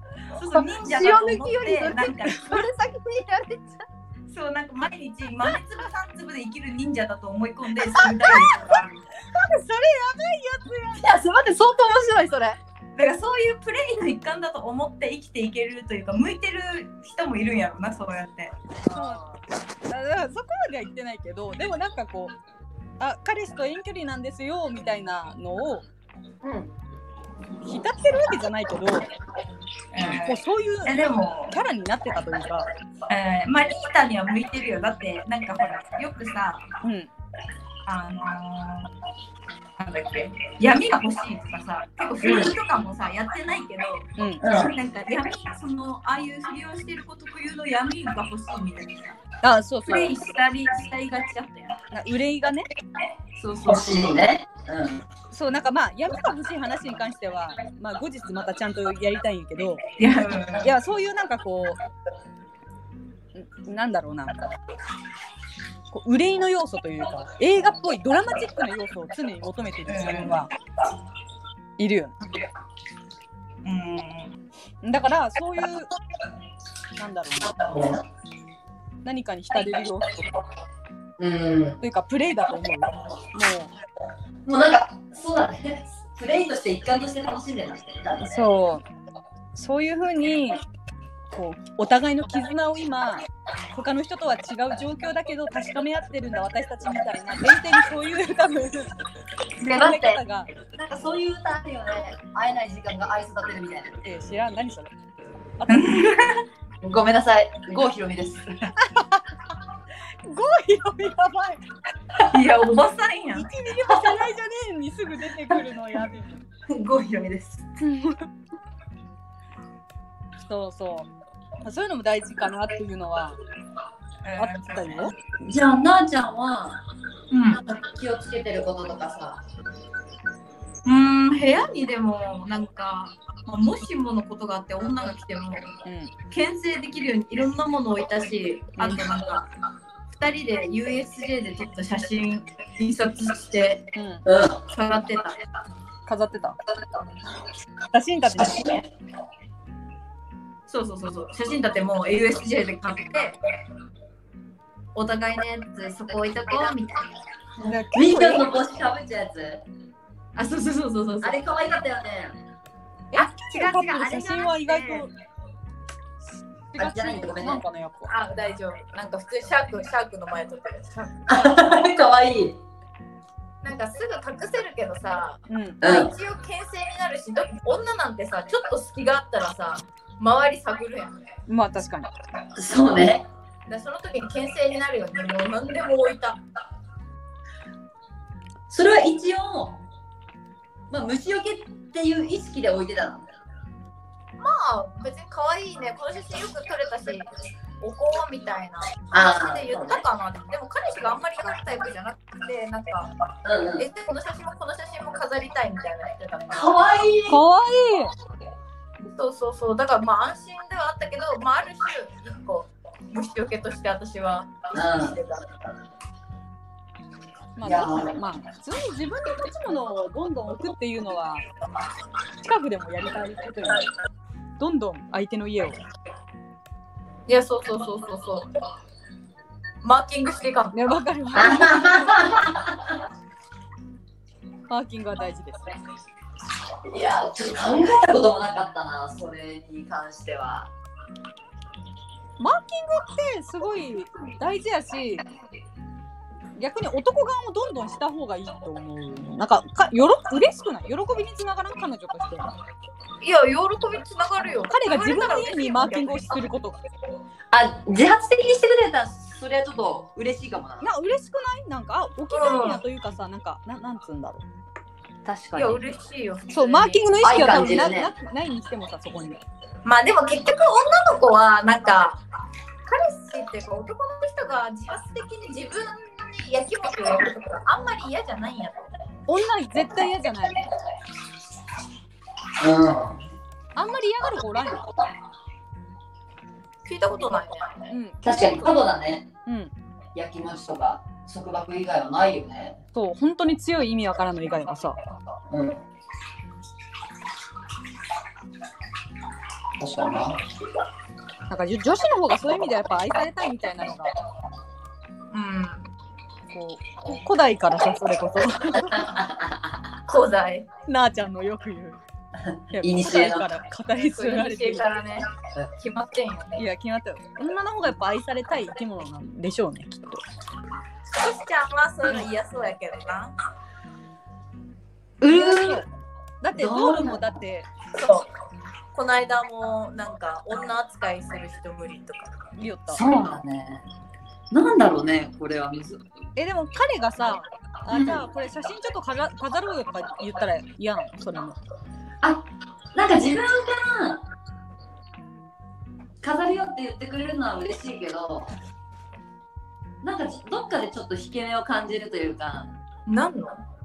そうそう忍者だと思ってなんかそれ先にやれちゃう。 そうなんか毎日豆粒さん粒で生きる忍者だと思い込んでするダイエットがある。 それやばいやつや。 いや、すみません、相当面白いそれ。 だからそういうプレイの一環だと思って生きていけるというか向いてる人もいるんやろな、そうやって。 そうだからそこまでは言ってないけど、でもなんかこうあ彼氏と遠距離なんですよみたいなのをうん、 浸ってるわけじゃないけど、もうそういうえでもキャラになってたというか、 えー、まあリータには向いてるよ。だってなんかほらよくさ、 うんあのー、なんだっけ闇が欲しいとかさ、結構不倫とかもさやってないけど、 うん、 なんか闇そのああいう不倫をしてる子特有の闇が欲しいみたいなあそうそうプレイしたりしたいがちだったよ。 な憂いがね、 そうそう欲しいね。うん。 そうなんかまあ闇が欲しい話に関してはまあ後日またちゃんとやりたいんやけど、 いやいやそういうなんかこうなんだろうな、こう憂いの要素というか映画っぽいドラマチックな要素を常に求めている自分はいるよね。 うんだからそういうなんだろうな、何かに浸れる要素とか、 うん。 というかプレイだと思う。ももうなんか、そうだね。プレイとして一環として楽しんでるんだね。 うそうそういう風にこうお互いの絆を今他の人とは違う状況だけど確かめ合ってるんだ私たちみたいな前提にそういう多分ね、待って、 方がなんかそういう歌あるよね。会えない時間が愛育てるみたいな。 え知らん何それ。あごめんなさい、郷ひろみです。 郷ひろみやばい。 いやおばさんやん。 いちミリも世代じゃねえにすぐ出てくるのやべえ。 郷ひろみです。 そうそう。そういうのも大事かなっていうのはあったよ。 じゃあ、なあちゃんは、 うんなんか気をつけてることとかさ。 うーん、部屋にでもなんか、まあ、もしものことがあって女が来てもうん牽制できるようにいろんなものを置いたし、あとなんかふたりで ユーエスジェー で撮った写真印刷してうんうん。 飾ってた。 飾ってた。写真立てね。 そうそうそうそう、写真立ても ユーエスジェー で買ってお互いのやつそこ置いとこうみたいな。 みんなの帽子かぶっちゃうやつ。 あ、そうそうそうそうそう。 あれ可愛かったよね。 あ、違う違う、あれ写真は意外とあじゃないごめんねなんかねやっぱ。 あ、大丈夫。なんか普通にシャーク、シャークの前撮ってる。シャーク可愛い。 なんかすぐ隠せるけどさ、 うん。 うん。 一応牽制になるし、だって女なんてさ、ちょっと隙があったらさ、周り探るやん。 まあ確かに。 そうね。 でその時に牽制になるようにもう何でも置いた。 それは一応、まあ、虫除けっていう意識で置いてたの。 まあ別に可愛いね、この写真よく撮れたし、おこうみたいなあ感じで言ったかな。でも彼氏があんまり言うタイプじゃなくて、なんか、 うんうん。 え、でこの写真もこの写真も飾りたいみたいな言ってたから。 可愛い。 かわいい。 そうそうそう、だからまあ安心ではあったけど、まあある種一個虫除けとして私は意識してた。 まあ、 いやまあ、普通に自分の持ち物をどんどん置くっていうのは近くでもやりたいことよね。どんどん相手の家を。 いや、そうそうそうそうそう。マーキングしていかん。 ね、わかるわ。マーキングは大事ですね。 いや、ちょっと考えたこともなかったな、それに関しては。 マーキングってすごい大事やし、 逆に男側もどんどんした方がいいと思う。なんかかよろ嬉しくない？喜びにつながらん、彼女として。 いや、喜びにつながるよ。 彼が自分の家にマーキングをすること。 あ、自発的にしてくれたらそれはちょっと嬉しいかもな。 な嬉しくない？なんかあ置き去りにやというかさ、なんかななんつうんだろう。 確かに。 いや、嬉しいよ。 そう、マーキングの意識は多分な、 ね、 なないにしてもさ、そこに。 まあでも結局女の子はなんか彼氏っていうか男の人が自発的に自分に焼きもちをやるとかあんまり嫌じゃないんやと。 女絶対嫌じゃない。 うん。 あんまり嫌がる子おらんよ。 聞いたことないね。 うん。 確かに過度だね。 うん。 焼きもちとか束縛以外はないよね。 そう、本当に強い意味わからんの以外はさ。 うん。確かにな。 なんか女子の方がそういう意味ではやっぱ愛されたいみたいなのが、 うん。 こう古代からさ、それこそ古代。 なあちゃんのよく言う。 いにしえの古代から語り継がれてるからね、決まってんよね。 いや、決まったよ。女の方がやっぱ愛されたい生き物なんでしょうね、きっと。 トシちゃんはそういうの嫌そうやけどな。 うーだってドールもだってそう。この間もなんか女扱いする人無理とか言いよった。 そうだね。なんだろうね、これは水。 え、でも彼がさ、あ、じゃあこれ写真ちょっと飾飾ろうよとか言ったら嫌なの？それも。 あ、なんか自分から飾るよって言ってくれるのは嬉しいけど、なんかどっかでちょっと引け目を感じるというか。 なんの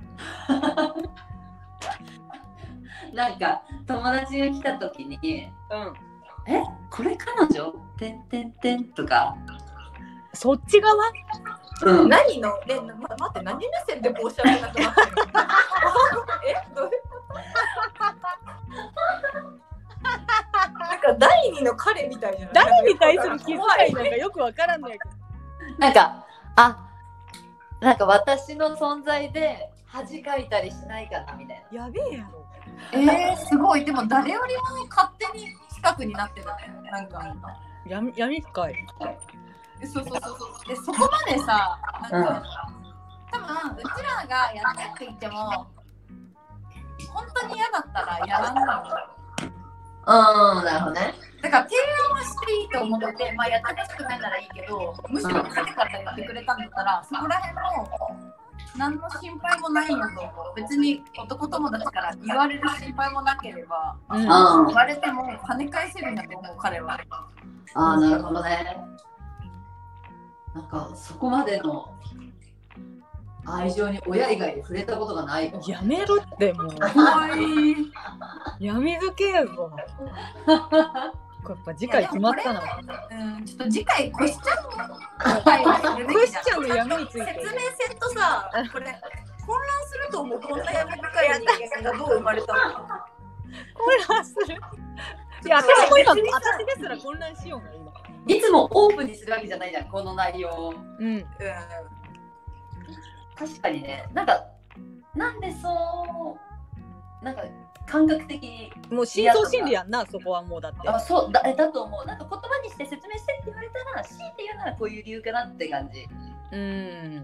なんか友達が来た時に、 うん、 え、これ彼女？てんてんてんとか。 そっち側？ うん、何のえ、ま、待って、何目線でこうしゃべらなくなってるえ、どういうなんか第二の彼みたいじゃない？ 誰に対する気遣いなんかよくわからんのやけど。 なんか、あ、なんか私の存在で恥かいたりしないかなみたいな。やべえやろ。 えー、すごい。でも誰よりも勝手に近くになってたね。なんか闇闇深い。 そうそうそうそう。でそこまでさ、なんか、うん、多分うちらがやってって言っても本当に嫌だったらやらんのよ。 うん、なるほどね。 だから提案はしていいと思ってて、まあやってほしくないならいいけど、むしろ来てから言ってくれたんだったら、そこら辺も何の心配もないんだと思う。別に男友達から言われる心配もなければ、うん、言われても跳ね返せるんだと思う、彼は。 ああ、なるほどね。なんかそこまでの愛情に親以外で触れたことがない。 やめろってもう。 怖い。 やめとけやぞ。やっぱ次回決まったな。 うん、ちょっと次回コシちゃんの回をするべきじゃん。 コシちゃんの闇について。 説明セットさ、これ混乱すると思う。こんな闇深い人間がどう生まれたのか。 混乱する。いや、私も今、私ですら混乱しようが今。 いつもオープンにするわけじゃないじゃん、この内容を。 うん。うん。 確かにね、なんか、なんでそう、なんか感覚的に。 もう深層心理やんな、そこはもうだって。 あ、そうだ、だと思う。なんか言葉にして説明してって言われたら、強いて言うならこういう理由かなって感じ。 うん。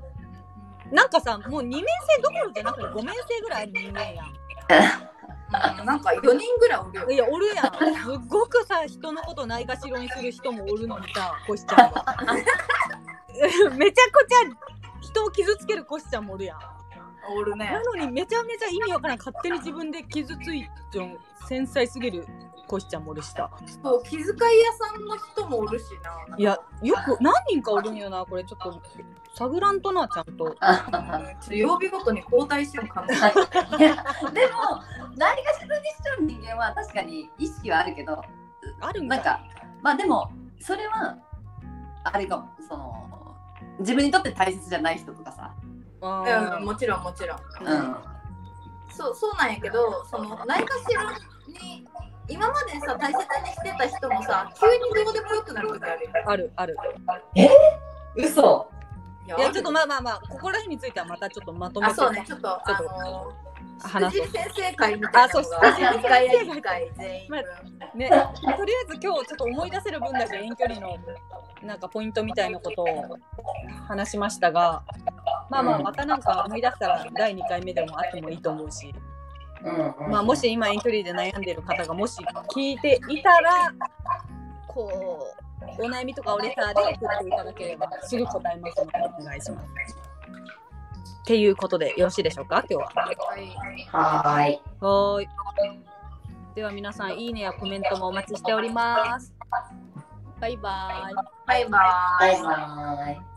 なんかさ、もうにめんせいどころじゃなくてごめんせいぐらいある人間やん。 なんかよにんぐらいおるよ。 いや、おるやん。すっごくさ、人のことないがしろにする人もおるのにさ、コシちゃんが。めちゃくちゃ人を傷つけるコシちゃんもおるやん。 おるね。 なのにめちゃめちゃ意味わからん、勝手に自分で傷ついちゃう繊細すぎるコシちゃんもおるしさ。 そう、気遣い屋さんの人もおるしな。 いや、よく何人かおるんよな、これちょっと探らんとな、ちゃんと。 曜日ごとに交代しても可能ない。 でも、何かしらにしちゃう人間は確かに意識はあるけど、 あるんだ。 なんか、まあでも、それは、あれかも、その、自分にとって大切じゃない人とかさ。 うん、もちろんもちろん。 うん。 そう、そうなんやけど、その、ないかしらに、今までさ、大切にしてた人もさ、急にどうでもよくなる時あるよ。 ある、ある。 えー、嘘。 いや、ちょっとまあまあまあ、ここら辺についてはまたちょっとまとめて。 あ、そうね、ちょっと、 ちょっとあのー、 話そう。 先生会みたいなのが。あ、そう、一回や一回全員分。 ね、とりあえず今日ちょっと思い出せる分だけ遠距離のなんかポイントみたいなことを話しましたが、 まあまあまたなんか思い出したらだいにかいめでもあってもいいと思うし、 うんうん、 まあもし今遠距離で悩んでる方がもし聞いていたら、こうお悩みとかをレターで送っていただければすぐ答えますのでお願いします。っていうことでよろしいでしょうか、今日は。 はーい。 はーい。では皆さん、いいねやコメントもお待ちしております。バイバーイ。 バイバーイ。 バイバーイ。